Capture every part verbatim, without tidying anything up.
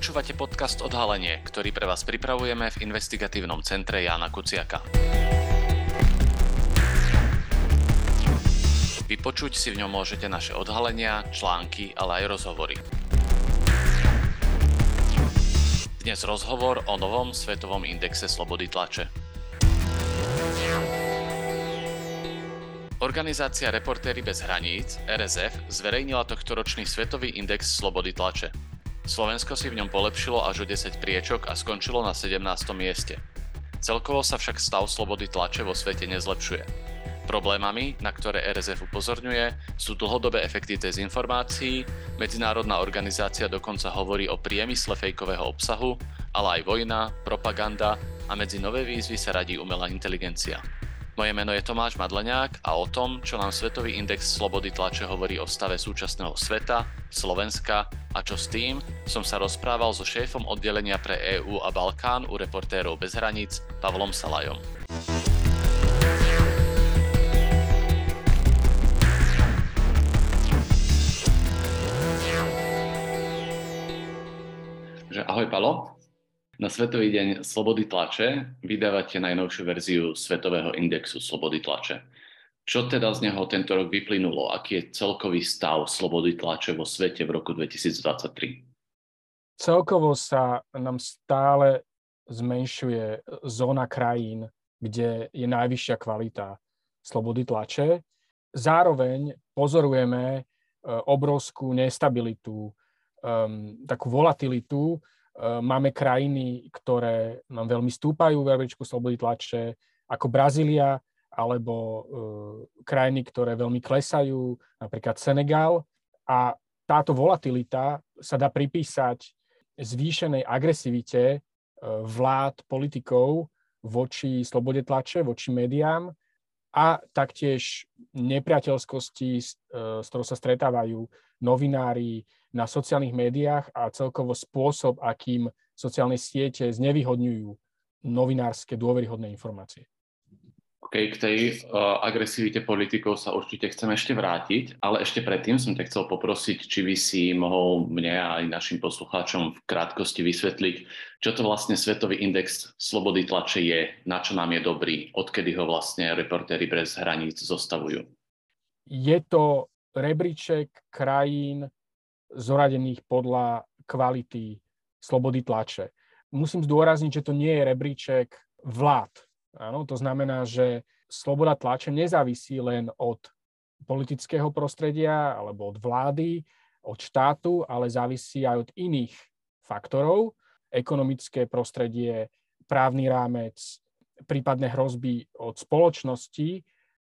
Počúvate podcast Odhalenie, ktorý pre vás pripravujeme v investigatívnom centre Jána Kuciaka. Vypočuť si v ňom môžete naše odhalenia, články, ale aj rozhovory. Dnes rozhovor o novom svetovom indexe slobody tlače. Organizácia Reportéri bez hraníc, er es ef, zverejnila tohtoročný svetový index slobody tlače. Slovensko si v ňom polepšilo až o desať priečok a skončilo na sedemnástom mieste. Celkovo sa však stav slobody tlače vo svete nezlepšuje. Problémami, na ktoré er es ef upozorňuje, sú dlhodobé efekty dezinformácií, medzinárodná organizácia dokonca hovorí o priemysle fejkového obsahu, ale aj vojna, propaganda a medzi nové výzvy sa radí umelá inteligencia. Moje meno je Tomáš Madleňák a o tom, čo nám Svetový index slobody tlače hovorí o stave súčasného sveta, Slovenska a čo s tým, som sa rozprával so šéfom oddelenia pre EÚ a Balkán u Reportérov bez hraníc Pavlom Salajom. Že ahoj Palo. Na Svetový deň slobody tlače vydávate najnovšiu verziu Svetového indexu slobody tlače. Čo teda z neho tento rok vyplynulo? Aký je celkový stav slobody tlače vo svete v roku dvetisíctridsaťtri? Celkovo sa nám stále zmenšuje zóna krajín, kde je najvyššia kvalita slobody tlače. Zároveň pozorujeme obrovskú nestabilitu, takú volatilitu. Máme krajiny, ktoré nám veľmi stúpajú v rebríčku slobody tlače, ako Brazília, alebo e, krajiny, ktoré veľmi klesajú, napríklad Senegal. A táto volatilita sa dá pripísať zvýšenej agresivite e, vlád, politikov voči slobode tlače, voči médiám a taktiež nepriateľskosti, e, s ktorou sa stretávajú novinári na sociálnych médiách a celkovo spôsob, akým sociálne siete znevýhodňujú novinárske dôveryhodné informácie. OK, k tej uh, agresivite politikov sa určite chcem ešte vrátiť, ale ešte predtým som ťa chcel poprosiť, či by si mohol mne a aj našim poslucháčom v krátkosti vysvetliť, čo to vlastne Svetový index slobody tlače je, na čo nám je dobrý, odkedy ho vlastne Reportéri bez hraníc zostavujú. Je to rebríček krajín zoradených podľa kvality slobody tlače. Musím zdôrazniť, že to nie je rebríček vlád. Áno, to znamená, že sloboda tlače nezávisí len od politického prostredia alebo od vlády, od štátu, ale závisí aj od iných faktorov. Ekonomické prostredie, právny rámec, prípadné hrozby od spoločnosti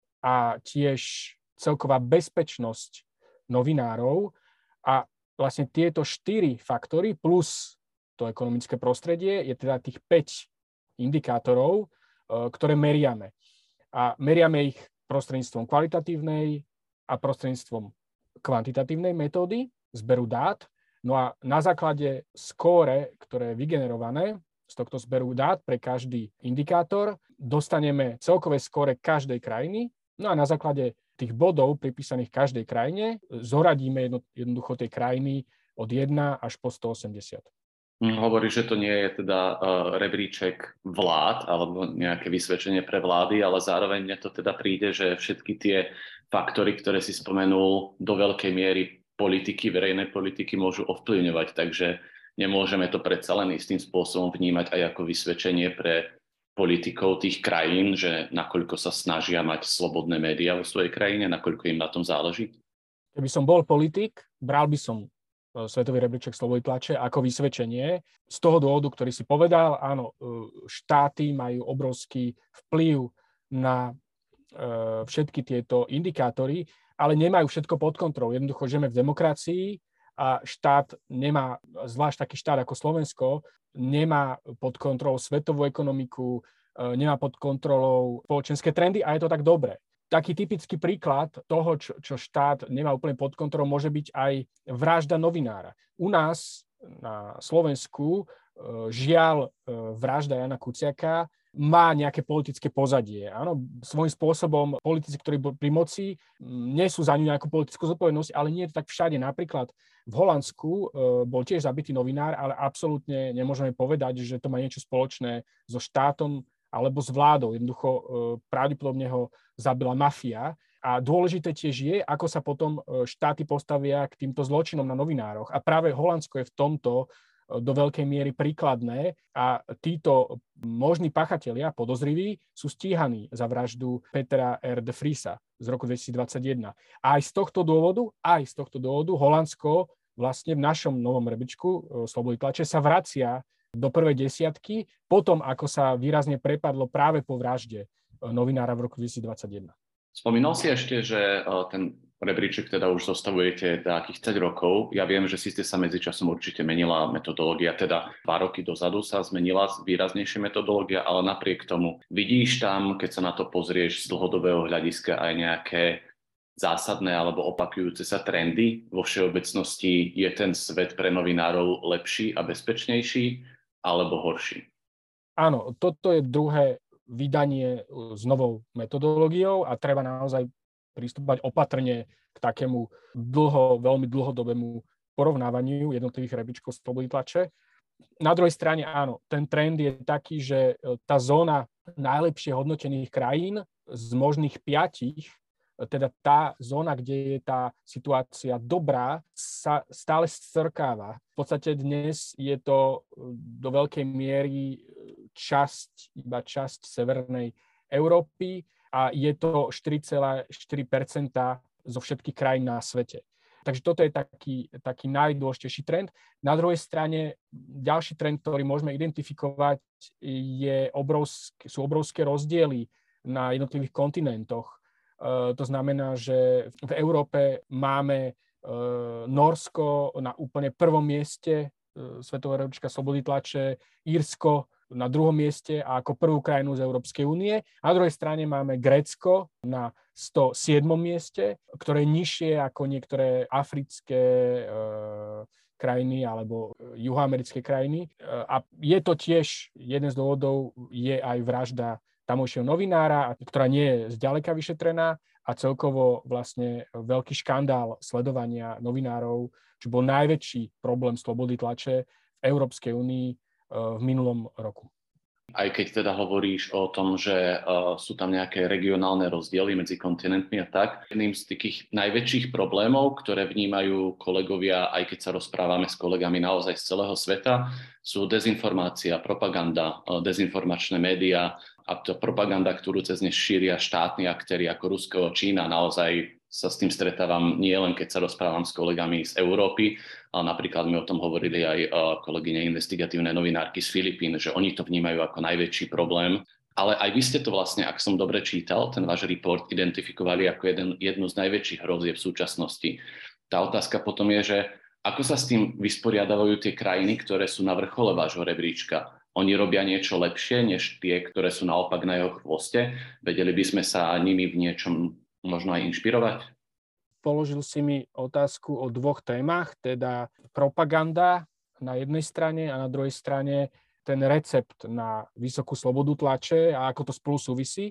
a tiež celková bezpečnosť novinárov. A vlastne tieto štyri faktory plus to ekonomické prostredie je teda tých päť indikátorov, ktoré meriame. A meriame ich prostredníctvom kvalitatívnej a prostredníctvom kvantitatívnej metódy zberu dát. No a na základe skóre, ktoré je vygenerované z tohto zberu dát pre každý indikátor, dostaneme celkové skóre každej krajiny. No a na základe tých bodov pripísaných každej krajine zoradíme jedno, jednoducho tej krajiny od jeden až po stoosemdesiat. Hovorí, že to nie je teda uh, rebríček vlád alebo nejaké vysvedčenie pre vlády, ale zároveň mne to teda príde, že všetky tie faktory, ktoré si spomenul, do veľkej miery politiky, verejnej politiky môžu ovplyvňovať, takže nemôžeme to predsa len istým spôsobom vnímať aj ako vysvedčenie pre politikov tých krajín, že nakoľko sa snažia mať slobodné médiá vo svojej krajine, nakoľko im na tom záleží? Keby som bol politik, bral by som Svetový rebríček slobody tlače ako vysvedčenie. Z toho dôvodu, ktorý si povedal, áno, štáty majú obrovský vplyv na všetky tieto indikátory, ale nemajú všetko pod kontrolou. Jednoducho žijeme v demokracii a štát nemá, zvlášť taký štát ako Slovensko, nemá pod kontrolou svetovú ekonomiku, nemá pod kontrolou spoločenské trendy a je to tak dobre. Taký typický príklad toho, čo, čo štát nemá úplne pod kontrolou, môže byť aj vražda novinára. U nás na Slovensku žiaľ vražda Jána Kuciaka má nejaké politické pozadie. Áno, svojím spôsobom politici, ktorí boli pri moci, nesú za ňu nejakú politickú zodpovednosť, ale nie je to tak všade. Napríklad v Holandsku e, bol tiež zabitý novinár, ale absolútne nemôžeme povedať, že to má niečo spoločné so štátom alebo s vládou. Jednoducho e, pravdepodobne ho zabila mafia. A dôležité tiež je, ako sa potom štáty postavia k týmto zločinom na novinároch. A práve Holandsko je v tomto do veľkej miery príkladné a títo možní pachatelia, podozriví, sú stíhaní za vraždu Petera R. de Vriesa z roku dvetisícdvadsaťjeden. A aj z tohto dôvodu, aj z tohto dôvodu Holandsko vlastne v našom novom rebríčku Slobody tlače sa vracia do prvej desiatky, potom ako sa výrazne prepadlo práve po vražde novinára v roku dvetisícdvadsaťjeden. Spomínal si ešte, že ten rebríček teda už zostavujete takých tridsať rokov. Ja viem, že si ste sa medzičasom určite menila metodológia, teda dva roky dozadu sa zmenila výraznejšia metodológia, ale napriek tomu vidíš tam, keď sa na to pozrieš z dlhodobého hľadiska, aj nejaké zásadné alebo opakujúce sa trendy? Vo všeobecnosti je ten svet pre novinárov lepší a bezpečnejší alebo horší? Áno, toto je druhé vydanie s novou metodológiou a treba naozaj pristúpať opatrne k takému dlho, veľmi dlhodobému porovnávaniu jednotlivých rebríčkov Slobody tlače. Na druhej strane áno, ten trend je taký, že tá zóna najlepšie hodnotených krajín z možných piatich, teda tá zóna, kde je tá situácia dobrá, sa stále strkáva. V podstate dnes je to do veľkej miery časť, iba časť severnej Európy a je to štyri celé štyri percenta zo všetkých krajín na svete. Takže toto je taký, taký najdôležitejší trend. Na druhej strane ďalší trend, ktorý môžeme identifikovať, je obrovské, sú obrovské rozdiely na jednotlivých kontinentoch. E, to znamená, že v Európe máme e, Nórsko na úplne prvom mieste e, Svetového rebríčka Slobody tlače, Írsko na druhom mieste a ako prvú krajinu z Európskej únie. Na druhej strane máme Grécko na sto siedmom mieste, ktoré je nižšie ako niektoré africké e, krajiny alebo juhoamerické krajiny. E, a je to tiež, jeden z dôvodov je aj vražda tamojšieho novinára, ktorá nie je zďaleka vyšetrená a celkovo vlastne veľký škandál sledovania novinárov, čo bol najväčší problém slobody tlače v Európskej únii v minulom roku. Aj keď teda hovoríš o tom, že uh, sú tam nejaké regionálne rozdiely medzi kontinentmi a tak, jedným z takých najväčších problémov, ktoré vnímajú kolegovia, aj keď sa rozprávame s kolegami naozaj z celého sveta, sú dezinformácia, propaganda, uh, dezinformačné médiá a tá propaganda, ktorú cez ne šíria štátni aktéri ako Rusko, Čína. Naozaj sa s tým stretávam nie len keď sa rozprávam s kolegami z Európy, ale napríklad mi o tom hovorili aj kolegyne investigatívne novinárky z Filipín, že oni to vnímajú ako najväčší problém. Ale aj vy ste to vlastne, ak som dobre čítal, ten váš report identifikovali ako jeden, jednu z najväčších hrozieb v súčasnosti. Tá otázka potom je, že ako sa s tým vysporiadavajú tie krajiny, ktoré sú na vrchole vášho rebríčka? Oni robia niečo lepšie, než tie, ktoré sú naopak na jeho chvoste? Vedeli by sme sa nimi v niečom možno aj inšpirovať? Položil si mi otázku o dvoch témach, teda propaganda na jednej strane a na druhej strane ten recept na vysokú slobodu tlače a ako to spolu súvisí.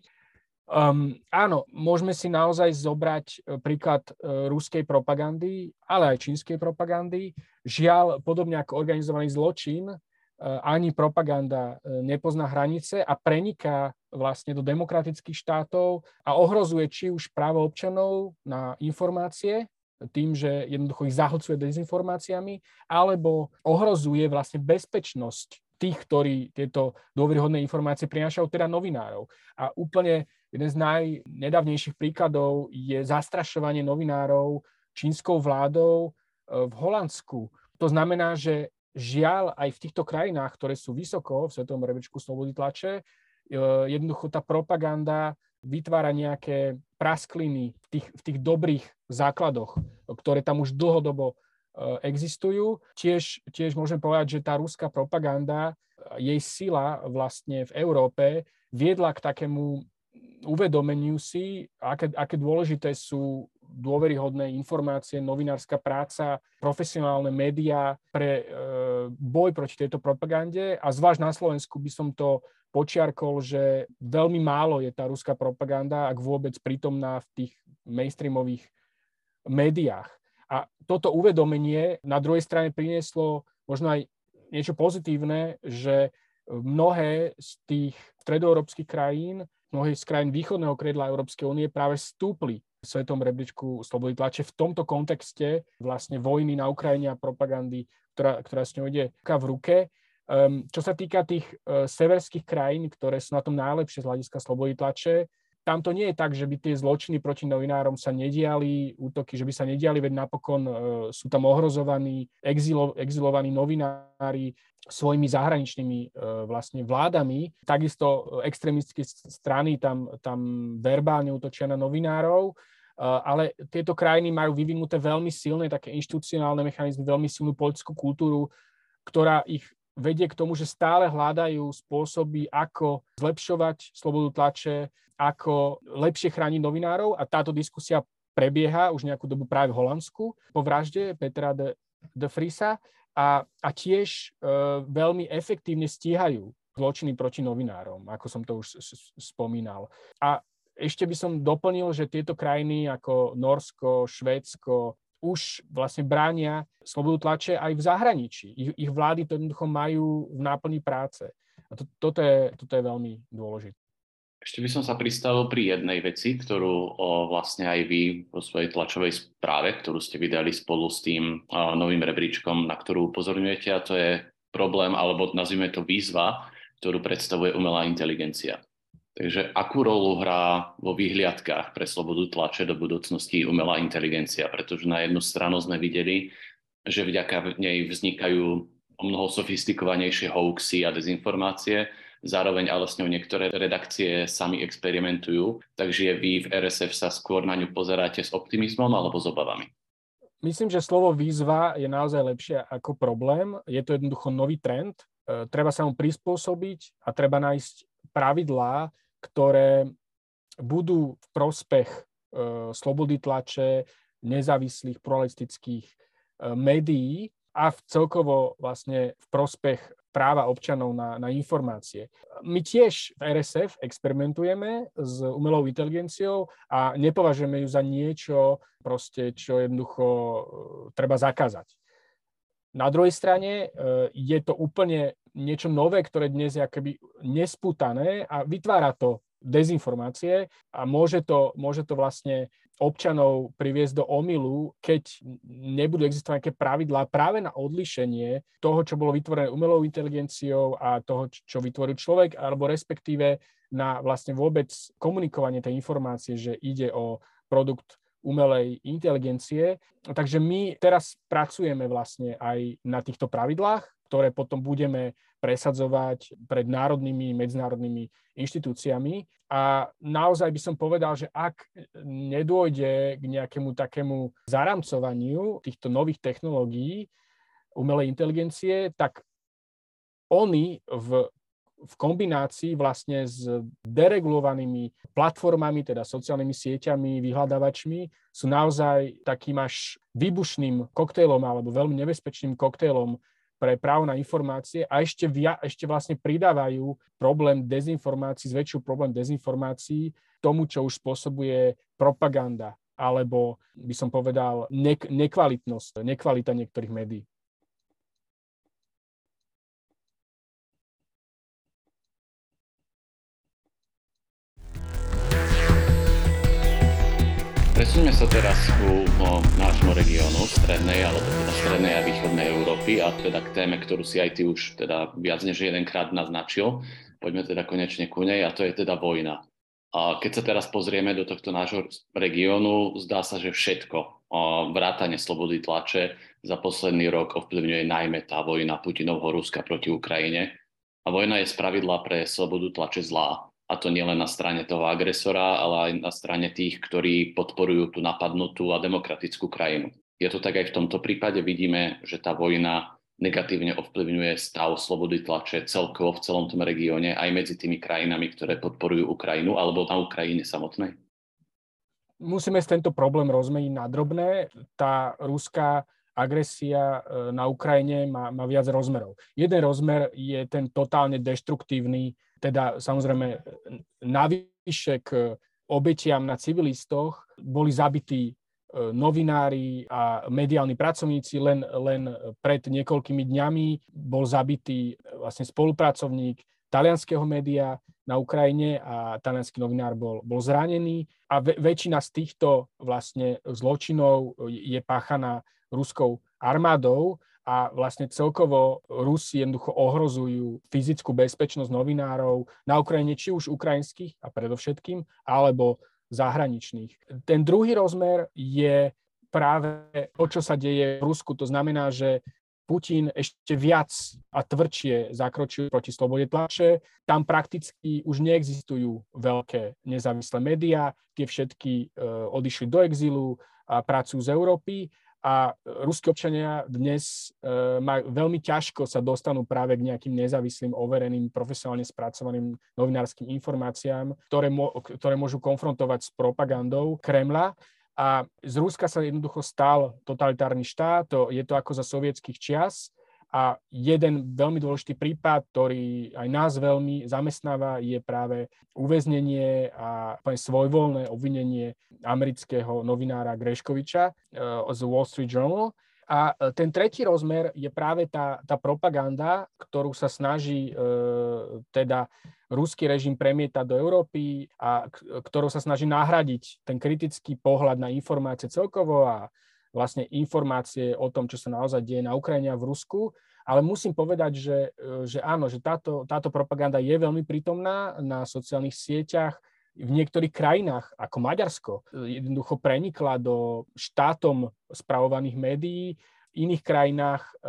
Um, áno, môžeme si naozaj zobrať príklad uh, ruskej propagandy, ale aj čínskej propagandy. Žiaľ, podobne ako organizovaný zločin, ani propaganda nepozná hranice a preniká vlastne do demokratických štátov a ohrozuje či už právo občanov na informácie tým, že jednoducho ich zahlcuje dezinformáciami, alebo ohrozuje vlastne bezpečnosť tých, ktorí tieto dôveryhodné informácie prinášajú, teda novinárov. A úplne jeden z najnedávnejších príkladov je zastrašovanie novinárov čínskou vládou v Holandsku. To znamená, že žiaľ, aj v týchto krajinách, ktoré sú vysoko v svetovom rebríčku slobody tlače, jednoducho tá propaganda vytvára nejaké praskliny v tých, v tých dobrých základoch, ktoré tam už dlhodobo existujú. Tiež, tiež môžem povedať, že tá ruská propaganda, jej sila vlastne v Európe viedla k takému uvedomeniu si, aké, aké dôležité sú dôveryhodné informácie, novinárska práca, profesionálne médiá pre e, boj proti tejto propagande a zvlášť na Slovensku by som to počiarkol, že veľmi málo je tá ruská propaganda, ak vôbec prítomná v tých mainstreamových médiách. A toto uvedomenie na druhej strane prinieslo možno aj niečo pozitívne, že mnohé z tých stredoeurópskych krajín, mnohé z krajín východného krídla Európskej únie práve stúpli v svetovom rebríčku slobody tlače v tomto kontexte vlastne vojny na Ukrajine a propagandy, ktorá, ktorá s ňou ide ruka v ruke. Um, čo sa týka tých uh, severských krajín, ktoré sú na tom najlepšie z hľadiska slobody tlače, tam to nie je tak, že by tie zločiny proti novinárom sa nediali, útoky, že by sa nediali, veď napokon uh, sú tam ohrozovaní, exilo, exilovaní novinári svojimi zahraničnými uh, vlastne vládami. Takisto extrémistické strany tam, tam verbálne útočia na novinárov, uh, ale tieto krajiny majú vyvinuté veľmi silné také inštitucionálne mechanizmy, veľmi silnú politickú kultúru, ktorá ich vedie k tomu, že stále hľadajú spôsoby, ako zlepšovať slobodu tlače, ako lepšie chrániť novinárov a táto diskusia prebieha už nejakú dobu práve v Holandsku po vražde Petra de, de Vriesa a, a tiež e, veľmi efektívne stíhajú zločiny proti novinárom, ako som to už spomínal. A ešte by som doplnil, že tieto krajiny ako Nórsko, Švédsko už vlastne bránia slobodu tlače aj v zahraničí. Ich, ich vlády to jednoducho majú v náplni práce. A to, toto, je, toto je veľmi dôležité. Ešte by som sa pristavil pri jednej veci, ktorú o, vlastne aj vy vo svojej tlačovej správe, ktorú ste vydali spolu s tým o, novým rebríčkom, na ktorú upozorňujete, a to je problém, alebo nazvime to výzva, ktorú predstavuje umelá inteligencia. Takže akú rolu hrá vo vyhliadkách pre slobodu tlače do budúcnosti umelá inteligencia? Pretože na jednu stranu sme videli, že vďaka nej vznikajú o mnoho sofistikovanejšie hoaxy a dezinformácie, zároveň ale s ňou niektoré redakcie sami experimentujú, takže vy v er es ef sa skôr na ňu pozeráte s optimizmom alebo s obavami? Myslím, že slovo výzva je naozaj lepšie ako problém. Je to jednoducho nový trend. E, treba sa mu prispôsobiť a treba nájsť pravidlá, ktoré budú v prospech e, slobody tlače, nezávislých pluralistických e, médií a v celkovo vlastne v prospech práva občanov na, na informácie. My tiež v er es ef experimentujeme s umelou inteligenciou a nepovažujeme ju za niečo, proste, čo jednoducho treba zakázať. Na druhej strane je to úplne niečo nové, ktoré dnes je akoby nespútané a vytvára to dezinformácie a môže to, môže to vlastne občanov priviesť do omylu, keď nebudú existovať nejaké pravidlá práve na odlíšenie toho, čo bolo vytvorené umelou inteligenciou a toho, čo vytvoril človek, alebo respektíve na vlastne vôbec komunikovanie tej informácie, že ide o produkt umelej inteligencie. Takže my teraz pracujeme vlastne aj na týchto pravidlách, ktoré potom budeme presadzovať pred národnými, medzinárodnými inštitúciami. A naozaj by som povedal, že ak nedôjde k nejakému takému zaramcovaniu týchto nových technológií umelej inteligencie, tak oni v v kombinácii vlastne s deregulovanými platformami, teda sociálnymi sieťami, vyhľadávačmi, sú naozaj takým až výbušným koktejlom alebo veľmi nebezpečným koktejlom pre právo na informácie a ešte, via, ešte vlastne pridávajú problém dezinformácií, zväčšujú problém dezinformácií tomu, čo už spôsobuje propaganda alebo, by som povedal, nek- nekvalitnosť, nekvalita niektorých médií. Presuňme sa teraz ku no, nášmu regiónu strednej alebo teda strednej a východnej Európy a teda k téme, ktorú si aj ty už teda viac než jedenkrát naznačil. Poďme teda konečne ku nej a to je teda vojna. A keď sa teraz pozrieme do tohto nášho regiónu, zdá sa, že všetko, vrátane slobody tlače za posledný rok ovplyvňuje najmä tá vojna Putinovho Ruska proti Ukrajine. A vojna je spravidla pre slobodu tlače zlá. A to nielen na strane toho agresora, ale aj na strane tých, ktorí podporujú tú napadnutú a demokratickú krajinu. Je to tak aj v tomto prípade. Vidíme, že tá vojna negatívne ovplyvňuje stav slobody tlače celkovo v celom tom regióne, aj medzi tými krajinami, ktoré podporujú Ukrajinu, alebo na Ukrajine samotnej. Musíme tento problém rozmeniť na drobné. Tá ruská agresia na Ukrajine má, má viac rozmerov. Jeden rozmer je ten totálne deštruktívny, teda samozrejme navyše k obetiam na civilistoch boli zabití novinári a mediálni pracovníci. Len, len pred niekoľkými dňami bol zabitý vlastne spolupracovník talianskeho média na Ukrajine a taliansky novinár bol, bol zranený. A ve, väčšina z týchto vlastne zločinov je páchaná ruskou armádou a vlastne celkovo Rusi jednoducho ohrozujú fyzickú bezpečnosť novinárov na Ukrajine, či už ukrajinských a predovšetkým, alebo zahraničných. Ten druhý rozmer je práve to, čo sa deje v Rusku. To znamená, že Putin ešte viac a tvrdšie zakročil proti slobode tlače. Tam prakticky už neexistujú veľké nezávislé médiá. Tie všetky e, odišli do exílu a pracujú z Európy. A ruskí občania dnes e, majú veľmi ťažko sa dostanú práve k nejakým nezávislým, overeným, profesionálne spracovaným novinárskym informáciám, ktoré, mo- ktoré môžu konfrontovať s propagandou Kremľa. A z Ruska sa jednoducho stal totalitárny štát, to, je to ako za sovietských čias. A jeden veľmi dôležitý prípad, ktorý aj nás veľmi zamestnáva, je práve uväznenie a svojvoľné obvinenie amerického novinára Greškoviča z Wall Street Journal. A ten tretí rozmer je práve tá, tá propaganda, ktorú sa snaží e, teda ruský režim premietať do Európy a ktorou sa snaží nahradiť ten kritický pohľad na informácie celkovo a vlastne informácie o tom, čo sa naozaj deje na Ukrajine a v Rusku. Ale musím povedať, že, že áno, že táto, táto propaganda je veľmi prítomná na sociálnych sieťach. V niektorých krajinách, ako Maďarsko, jednoducho prenikla do štátom spravovaných médií, v iných krajinách e,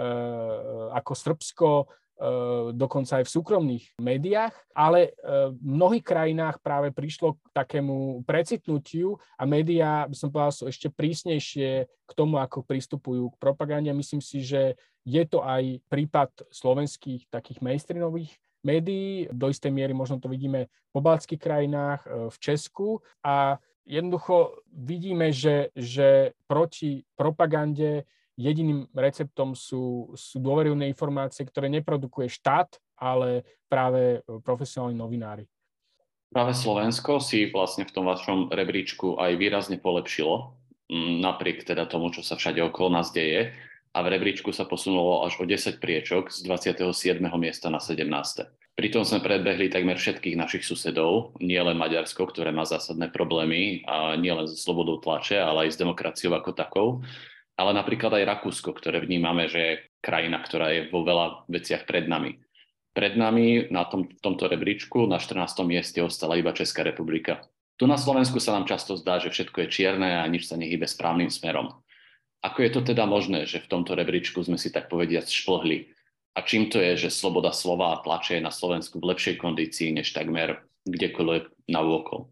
ako Srbsko, e, dokonca aj v súkromných médiách, ale e, v mnohých krajinách práve prišlo k takému precitnutiu a médiá, by som povedal, sú ešte prísnejšie k tomu, ako pristupujú k propagande. Myslím si, že je to aj prípad slovenských takých mainstreamových médií, do istej miery možno to vidíme v pobaltských krajinách, v Česku a jednoducho vidíme, že, že proti propagande jediným receptom sú, sú dôveryhodné informácie, ktoré neprodukuje štát, ale práve profesionálni novinári. Práve Slovensko si vlastne v tom vašom rebríčku aj výrazne polepšilo, napriek teda tomu, čo sa všade okolo nás deje. A v rebríčku sa posunulo až o desať priečok z dvadsiateho siedmeho miesta na sedemnáste. Pritom sme predbehli takmer všetkých našich susedov, nielen Maďarsko, ktoré má zásadné problémy, a nielen so slobodou tlače, ale aj s demokraciou ako takou, ale napríklad aj Rakúsko, ktoré vnímame, že je krajina, ktorá je vo veľa veciach pred nami. Pred nami na tom, tomto rebríčku na štrnástom mieste ostala iba Česká republika. Tu na Slovensku sa nám často zdá, že všetko je čierne a nič sa nehybe správnym smerom. Ako je to teda možné, že v tomto rebríčku sme si tak povediac šplhli? A čím to je, že sloboda slova a tlače je na Slovensku v lepšej kondícii než takmer kdekoľvek navôkol?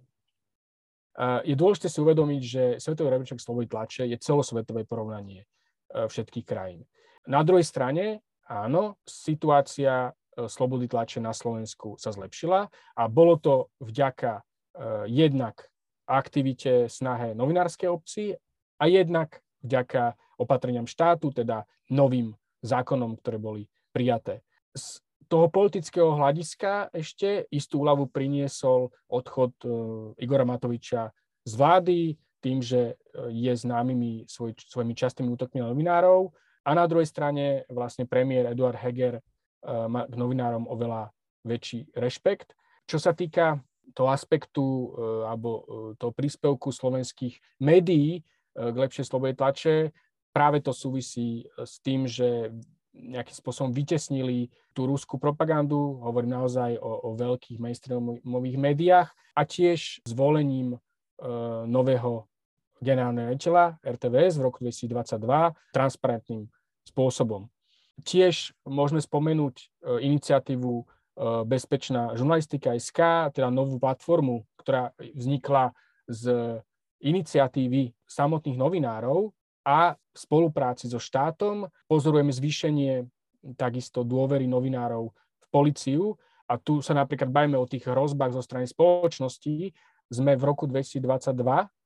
Je dôležité si uvedomiť, že Svetový rebríček slobody tlače je celosvetové porovnanie všetkých krajín. Na druhej strane, áno, situácia slobody tlače na Slovensku sa zlepšila a bolo to vďaka jednak aktivite, snahe novinárskej obci a jednak vďaka opatreniam štátu, teda novým zákonom, ktoré boli prijaté. Z toho politického hľadiska ešte istú úľavu priniesol odchod Igora Matoviča z vlády tým, že je známymi svoj, svojimi častými útokmi na novinárov a na druhej strane vlastne premiér Eduard Heger má k novinárom oveľa väčší rešpekt. Čo sa týka toho aspektu alebo toho príspevku slovenských médií k lepšej slobode tlače, práve to súvisí s tým, že nejakým spôsobom vytesnili tú ruskú propagandu, hovorím naozaj o, o veľkých mainstreamových médiách a tiež zvolením e, nového generálneho riaditeľa er té vé es v roku dvetisícdvadsaťdva transparentným spôsobom. Tiež môžeme spomenúť e, iniciatívu e, Bezpečná žurnalistika bodka es ká, teda novú platformu, ktorá vznikla z iniciatívy samotných novinárov a v spolupráci so štátom pozorujeme zvýšenie takisto dôvery novinárov v políciu a tu sa napríklad bavíme o tých hrozbách zo strany spoločnosti. Sme v roku dvetisícdvadsaťdva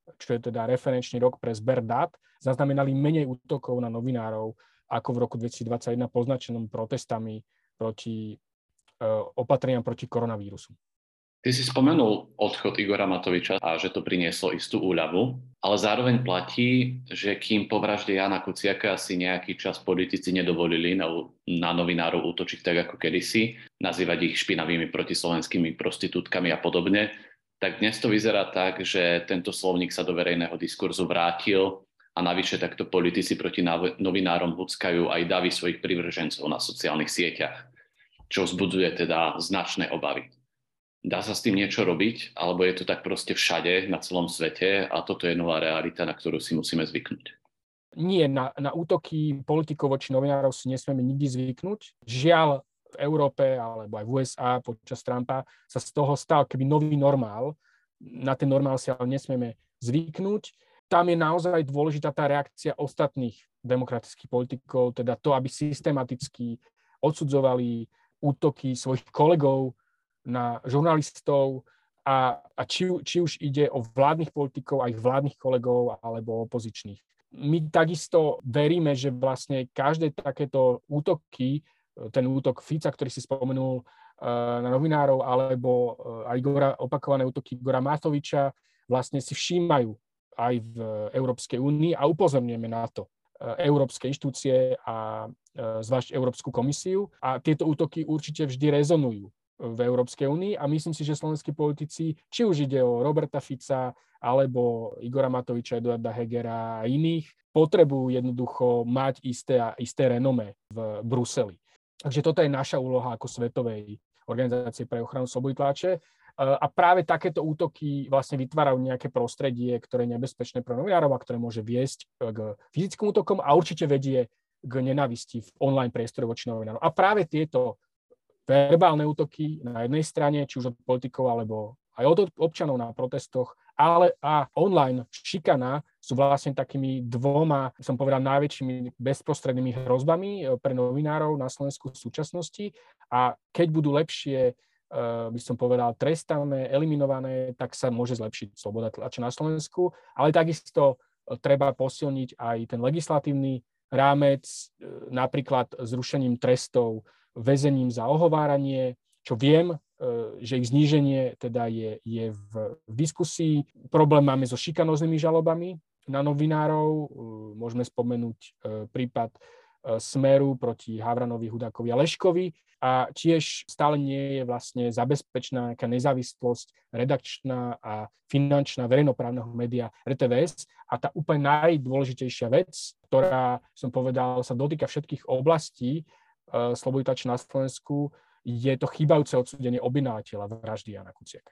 čo je teda referenčný rok pre zber dát, zaznamenali menej útokov na novinárov ako v roku dvetisícdvadsaťjeden poznačenom protestami proti opatreniam proti koronavírusu. Ty si spomenul odchod Igora Matoviča a že to prinieslo istú úľavu, ale zároveň platí, že kým po vražde Jána Kuciaka si nejaký čas politici nedovolili na, na novinárov útočiť tak ako kedysi, nazývať ich špinavými protislovenskými prostitútkami a podobne, tak dnes to vyzerá tak, že tento slovník sa do verejného diskurzu vrátil a navyše takto politici proti novinárom huckajú aj davy svojich privržencov na sociálnych sieťach, čo vzbudzuje teda značné obavy. Dá sa s tým niečo robiť, alebo je to tak proste všade, na celom svete a toto je nová realita, na ktorú si musíme zvyknúť? Nie, na, na útoky politikov voči novinárov si nesmieme nikdy zvyknúť. Žiaľ, v Európe alebo aj v ú es á počas Trumpa sa z toho stal keby nový normál. Na ten normál si ale nesmieme zvyknúť. Tam je naozaj dôležitá tá reakcia ostatných demokratických politikov, teda to, aby systematicky odsudzovali útoky svojich kolegov na žurnalistov a, a či, či už ide o vládnych politikov, aj vládnych kolegov alebo opozičných. My takisto veríme, že vlastne každé takéto útoky, ten útok Fica, ktorý si spomenul na novinárov, alebo aj Igora, opakované útoky Igora Matoviča, vlastne si všímajú aj v Európskej únii a upozorňujeme na to európske inštitúcie a zvlášť Európsku komisiu. A tieto útoky určite vždy rezonujú v Európskej únii a myslím si, že slovenskí politici, či už ide o Roberta Fica alebo Igora Matoviča, Eduarda Hegera a iných, potrebujú jednoducho mať isté, isté renome v Bruseli. Takže toto je naša úloha ako Svetovej organizácie pre ochranu slobody tlače. A práve takéto útoky vlastne vytvárajú nejaké prostredie, ktoré je nebezpečné pre novinárov a ktoré môže viesť k fyzickým útokom a určite vedie k nenávisti v online priestore voči novinárom. A práve tieto verbálne útoky na jednej strane, či už od politikov, alebo aj od občanov na protestoch, ale a online šikana sú vlastne takými dvoma, som povedal, najväčšími bezprostrednými hrozbami pre novinárov na Slovensku v súčasnosti. A keď budú lepšie, by som povedal, trestané, eliminované, tak sa môže zlepšiť sloboda tlače na Slovensku. Ale takisto treba posilniť aj ten legislatívny rámec, napríklad zrušením trestov, väzením za ohováranie, čo viem, že ich zníženie teda je, je v, v diskusii. Problém máme so šikanóznymi žalobami na novinárov. Môžeme spomenúť prípad Smeru proti Havranovi, Hudákovi a Leškovi. A tiež stále nie je vlastne zabezpečená nejaká nezávislosť redakčná a finančná verejnoprávneho média er té vé es. A tá úplne najdôležitejšia vec, ktorá, som povedal, sa dotýka všetkých oblastí slobody tlače na Slovensku, je to chýbajúce odsúdenie objednávateľa vraždy Jána Kuciaka.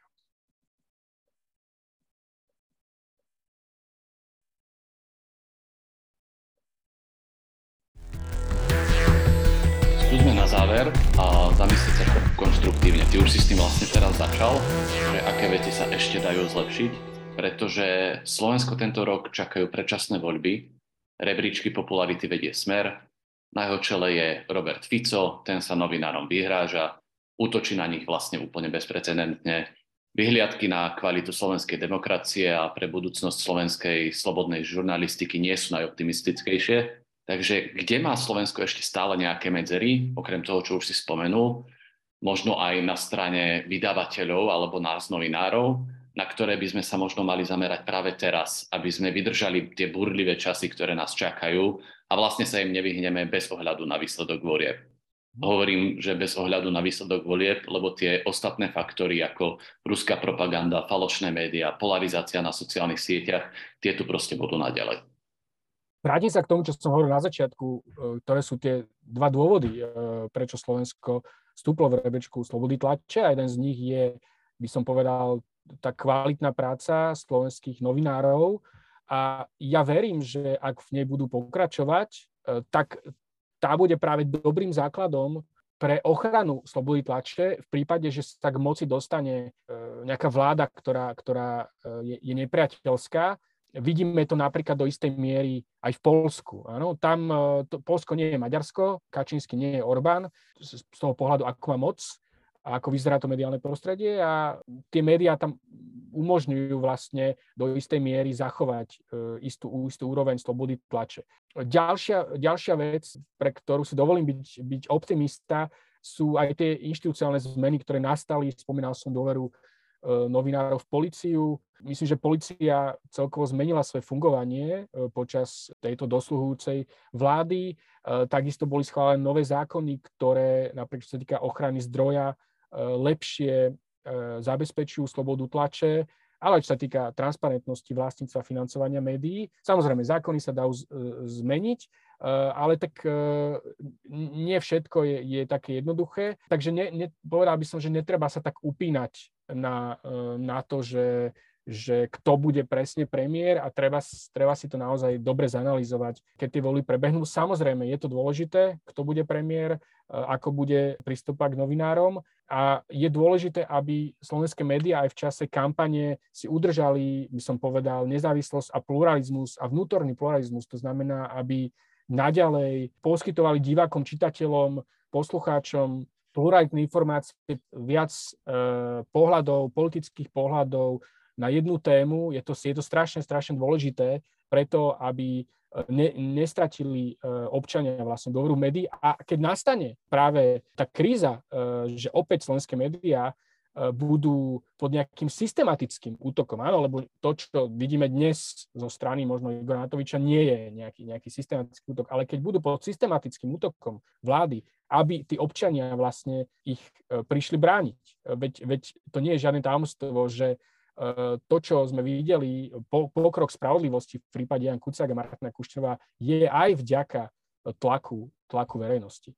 Skúsme na záver a zamyslieť sa konštruktívne. Ty už si s tým vlastne teraz začal, že aké veci sa ešte dajú zlepšiť, pretože Slovensko tento rok čakajú predčasné voľby, rebríčky popularity vedie Smer, na jeho čele je Robert Fico, ten sa novinárom vyhráža, útočí na nich vlastne úplne bezprecedentne. Vyhliadky na kvalitu slovenskej demokracie a pre budúcnosť slovenskej slobodnej žurnalistiky nie sú najoptimistickejšie. Takže kde má Slovensko ešte stále nejaké medzery, okrem toho, čo už si spomenul, možno aj na strane vydavateľov alebo nás novinárov, na ktoré by sme sa možno mali zamerať práve teraz, aby sme vydržali tie burlivé časy, ktoré nás čakajú a vlastne sa im nevyhneme bez ohľadu na výsledok volieb. Hovorím, že bez ohľadu na výsledok volieb, lebo tie ostatné faktory ako ruská propaganda, falošné médiá, polarizácia na sociálnych sieťach, tie tu proste budú naďalej. Vrátim sa k tomu, čo som hovoril na začiatku, ktoré sú tie dva dôvody, prečo Slovensko vstúplo v rebečku slobody tlače a jeden z nich je, by som povedal, tá kvalitná práca slovenských novinárov a ja verím, že ak v nej budú pokračovať, tak tá bude práve dobrým základom pre ochranu slobody tlače v prípade, že sa k moci dostane nejaká vláda, ktorá, ktorá je, je nepriateľská. Vidíme to napríklad do istej miery aj v Poľsku. Áno, tam to, Poľsko nie je Maďarsko, Kačínsky nie je Orbán, z toho pohľadu, ako má moc, a ako vyzerá to mediálne prostredie a tie médiá tam umožňujú vlastne do istej miery zachovať istú, istú úroveň slobody tlače. Ďalšia, ďalšia vec, pre ktorú si dovolím byť, byť optimista, sú aj tie inštitucionálne zmeny, ktoré nastali. Spomínal som dôveru novinárov v políciu. Myslím, že polícia celkovo zmenila svoje fungovanie počas tejto dosluhujúcej vlády. Takisto boli schválené nové zákony, ktoré napríklad čo sa týka ochrany zdroja lepšie zabezpečujú slobodu tlače, ale čo sa týka transparentnosti vlastníctva financovania médií. Samozrejme, zákony sa dajú zmeniť, ale tak nie všetko je, je také jednoduché. Takže ne, ne, povedal by som, že netreba sa tak upínať na, na to, že, že kto bude presne premiér a treba, treba si to naozaj dobre zanalyzovať, keď tie voľby prebehnú. Samozrejme, je to dôležité, kto bude premiér, ako bude pristupovať k novinárom a je dôležité, aby slovenské médiá aj v čase kampane si udržali, by som povedal, nezávislosť a pluralizmus a vnútorný pluralizmus. To znamená, aby naďalej poskytovali divákom, čitateľom, poslucháčom pluralitné informácie, viac e, pohľadov, politických pohľadov na jednu tému. Je to, je to strašne, strašne dôležité preto, aby ne, nestratili e, občania vlastne dôveru médií. A keď nastane práve tá kríza, e, že opäť slovenské médiá e, budú pod nejakým systematickým útokom, áno, lebo to, čo vidíme dnes zo strany možno Igora Matoviča, nie je nejaký, nejaký systematický útok, ale keď budú pod systematickým útokom vlády, aby tí občania vlastne ich e, prišli brániť. Veď, veď to nie je žiadne tajomstvo, že to, čo sme videli, pokrok spravodlivosti v prípade Jana Kuciaka a Martina Kušnírová je aj vďaka tlaku, tlaku verejnosti.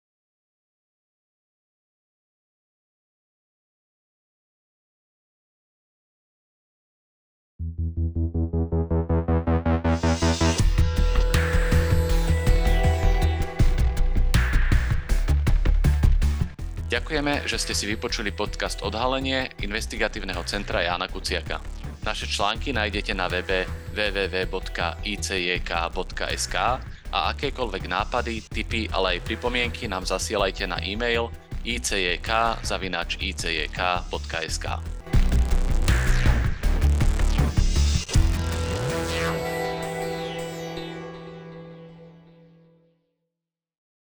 Ďakujeme, že ste si vypočuli podcast Odhalenie investigatívneho centra Jána Kuciaka. Naše články nájdete na webe w w w bodka i c j k bodka s k a akékoľvek nápady, tipy, ale aj pripomienky nám zasielajte na e-mail i c j k zavináč i c j k bodka s k.